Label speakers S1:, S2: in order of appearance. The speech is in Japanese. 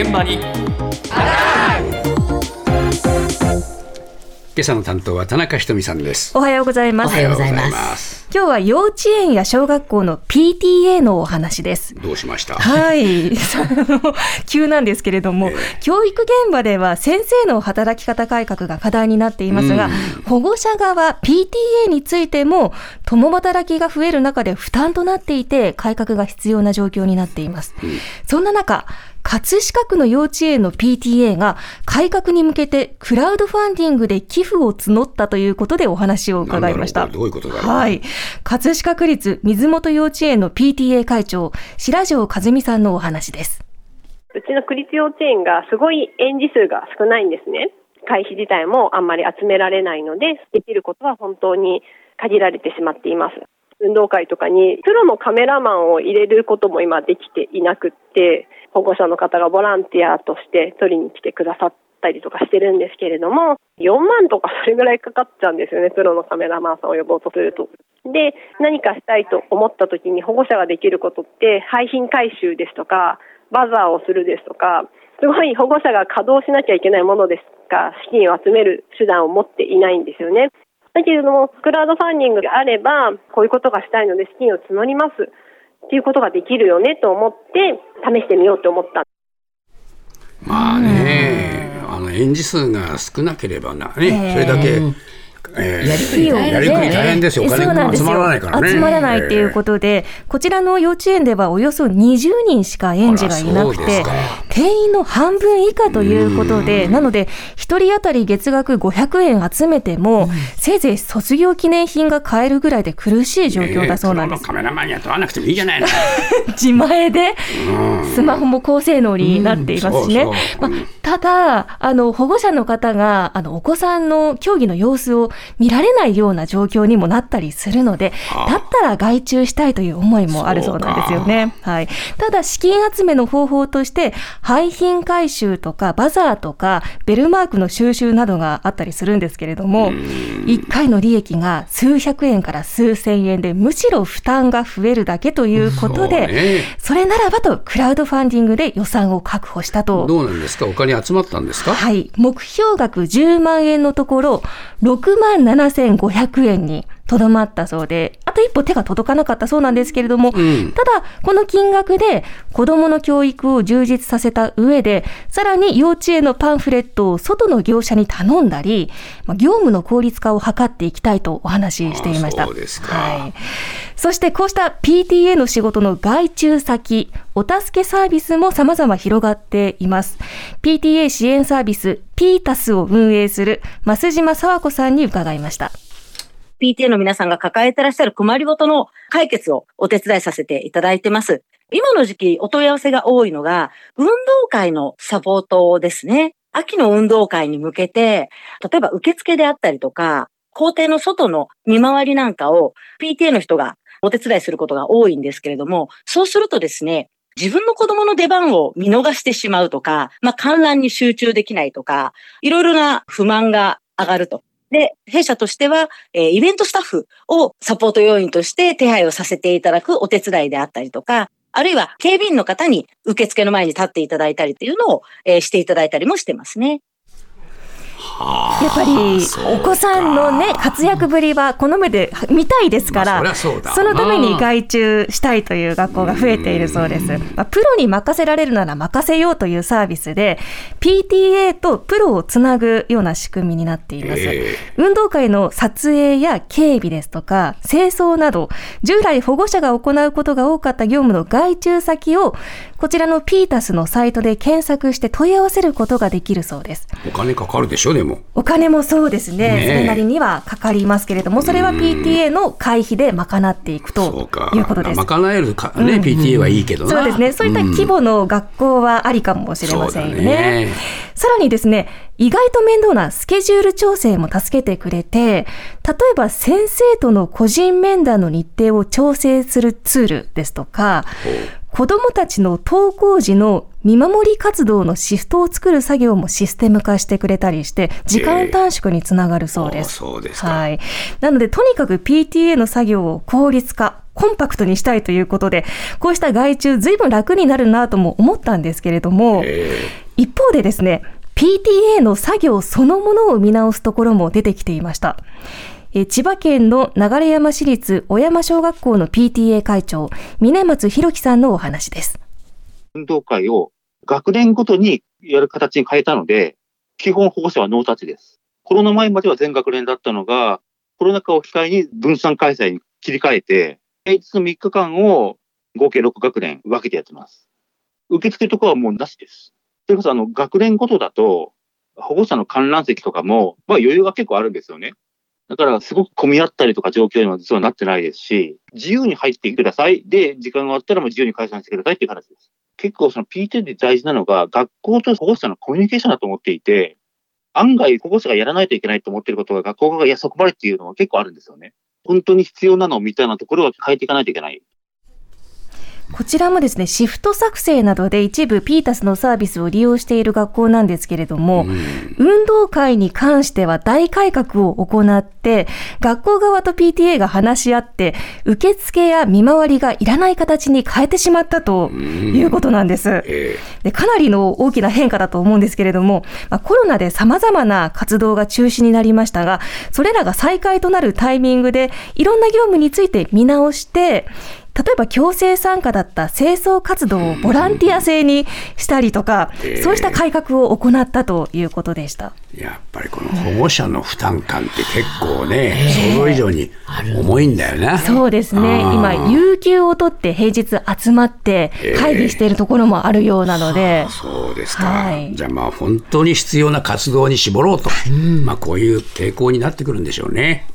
S1: 現場に今朝の担当は田中ひとみさんです。
S2: おはようございます。
S3: おはようございます。
S2: 今日は幼稚園や小学校の PTA のお話です。
S1: どうしました？
S2: はい急なんですけれども、教育現場では先生の働き方改革が課題になっていますが、保護者側 PTA についても共働きが増える中で負担となっていて改革が必要な状況になっています。そんな中、葛飾区の幼稚園の PTA が改革に向けてクラウドファンディングで寄付を募ったということでお話を伺いました。
S1: どういうことだろう。
S2: はい、葛飾区立水元幼稚園の PTA 会長白条和美さんのお話です。
S4: うちの区立幼稚園がすごい園児数が少ないんですね。会費自体もあんまり集められないので、できることは本当に限られてしまっています。運動会とかにプロのカメラマンを入れることも今できていなくって、保護者の方がボランティアとして取りに来てくださったりとかしてるんですけれども、4万とかそれぐらいかかっちゃうんですよね、プロのカメラマンさんを呼ぼうとすると。で、何かしたいと思った時に保護者ができることって廃品回収ですとかバザーをするですとか、すごい保護者が稼働しなきゃいけないものですが、資金を集める手段を持っていないんですよね。だけれどもクラウドファンディングがあればこういうことがしたいので資金を募りますっていうことができるよねと思って試してみようと思った。
S1: まあね、園児数が少なければな、それだけやりくり大変ですよ。お金が集まらないからね。
S2: 集まらないっていうことで、こちらの幼稚園ではおよそ20人しか園児がいなくて、定員の半分以下ということで、なので1人当たり月額500円集めても、せいぜい卒業記念品が買えるぐらいで苦しい状況だそうなんです。
S1: カメラマンには問わなくてもいいじゃないの
S2: 自前でスマホも高性能になっていますしね。ただ保護者の方がお子さんの競技の様子を見られないような状況にもなったりするので、だったら外注したいという思いもあるそうなんですよね。はい。ただ資金集めの方法として廃品回収とかバザーとかベルマークの収集などがあったりするんですけれども、1回の利益が数百円から数千円で、むしろ負担が増えるだけということで、それならばとクラウドファンディングで予算を確保したと。
S1: どうなんですか、お金集まったんですか？
S2: はい、目標額10万円のところ6万7500円にとどまったそうで、あと一歩手が届かなかったそうなんですけれども、ただこの金額で子どもの教育を充実させた上で、さらに幼稚園のパンフレットを外の業者に頼んだり、業務の効率化を図っていきたいとお話ししていました。
S1: そうですか。
S2: はい。そしてこうした PTA の仕事の外注先、お助けサービスも様々広がっています。PTA 支援サービスピータスを運営する増島佐和子さんに伺いました。
S3: PTA の皆さんが抱えてらっしゃる困りごとの解決をお手伝いさせていただいてます。今の時期お問い合わせが多いのが運動会のサポートですね。秋の運動会に向けて、例えば受付であったりとか、校庭の外の見回りなんかを PTA の人がお手伝いすることが多いんですけれども、そうするとですね、自分の子供の出番を見逃してしまうとか、観覧に集中できないとか、いろいろな不満が上がると。で、弊社としては、イベントスタッフをサポート要員として手配をさせていただくお手伝いであったりとか、あるいは警備員の方に受付の前に立っていただいたりというのを、していただいたりもしてますね。
S2: やっぱりお子さんのね活躍ぶりはこの目で見たいですから、そのために外注したいという学校が増えているそうです。プロに任せられるなら任せようというサービスで PTA とプロをつなぐような仕組みになっています。運動会の撮影や警備ですとか清掃など、従来保護者が行うことが多かった業務の外注先をこちらのピータスのサイトで検索して問い合わせることができるそうです。
S1: お金かかるでしょ。でも
S2: お金もそうですね、それなりにはかかりますけれども、それは PTA の会費で賄っていくということです。
S1: 賄えるか、ね、PTA はいいけどな。
S2: そうですね、そういった規模の学校はありかもしれませんよね。さらにですね、意外と面倒なスケジュール調整も助けてくれて、例えば先生との個人面談の日程を調整するツールですとか、子どもたちの登校時の見守り活動のシフトを作る作業もシステム化してくれたりして、時間短縮につながるそうです。
S1: そうですか。
S2: はい。なのでとにかく PTA の作業を効率化、 コンパクトにしたいということで、こうした外注ずいぶん楽になるなとも思ったんですけれども、一方でですね、PTA の作業そのものを見直すところも出てきていました。千葉県の流山市立小山小学校の PTA 会長、峰松弘樹さんのお話です。
S5: 運動会を学年ごとにやる形に変えたので、基本保護者はノータッチです。コロナ前までは全学年だったのが、コロナ禍を機会に分散開催に切り替えて、平日の3日間を合計6学年分けてやってます。受付とかはもうなしです。それこそ学年ごとだと、保護者の観覧席とかも、余裕が結構あるんですよね。だからすごく混み合ったりとか状況には実はなってないですし、自由に入ってきてください。で、時間があったらもう自由に解散してくださいっていう形です。結構その PTA で大事なのが、学校と保護者のコミュニケーションだと思っていて、案外保護者がやらないといけないと思っていることが学校がそこまでっていうのは結構あるんですよね。本当に必要なのみたいなところは変えていかないといけない。
S2: こちらもですね、シフト作成などで一部ピータスのサービスを利用している学校なんですけれども、運動会に関しては大改革を行って、学校側と PTA が話し合って、受付や見回りがいらない形に変えてしまったということなんです。で、かなりの大きな変化だと思うんですけれども、コロナで様々な活動が中止になりましたが、それらが再開となるタイミングで、いろんな業務について見直して、例えば強制参加だった清掃活動をボランティア制にしたりとか、そうした改革を行ったということでした。
S1: やっぱりこの保護者の負担感って結構ね、想像以上に重いんだよね。
S2: そうですね。今有給を取って平日集まって会議しているところもあるようなので、
S1: そうですか、じゃあ本当に必要な活動に絞ろうと、こういう傾向になってくるんでしょうね。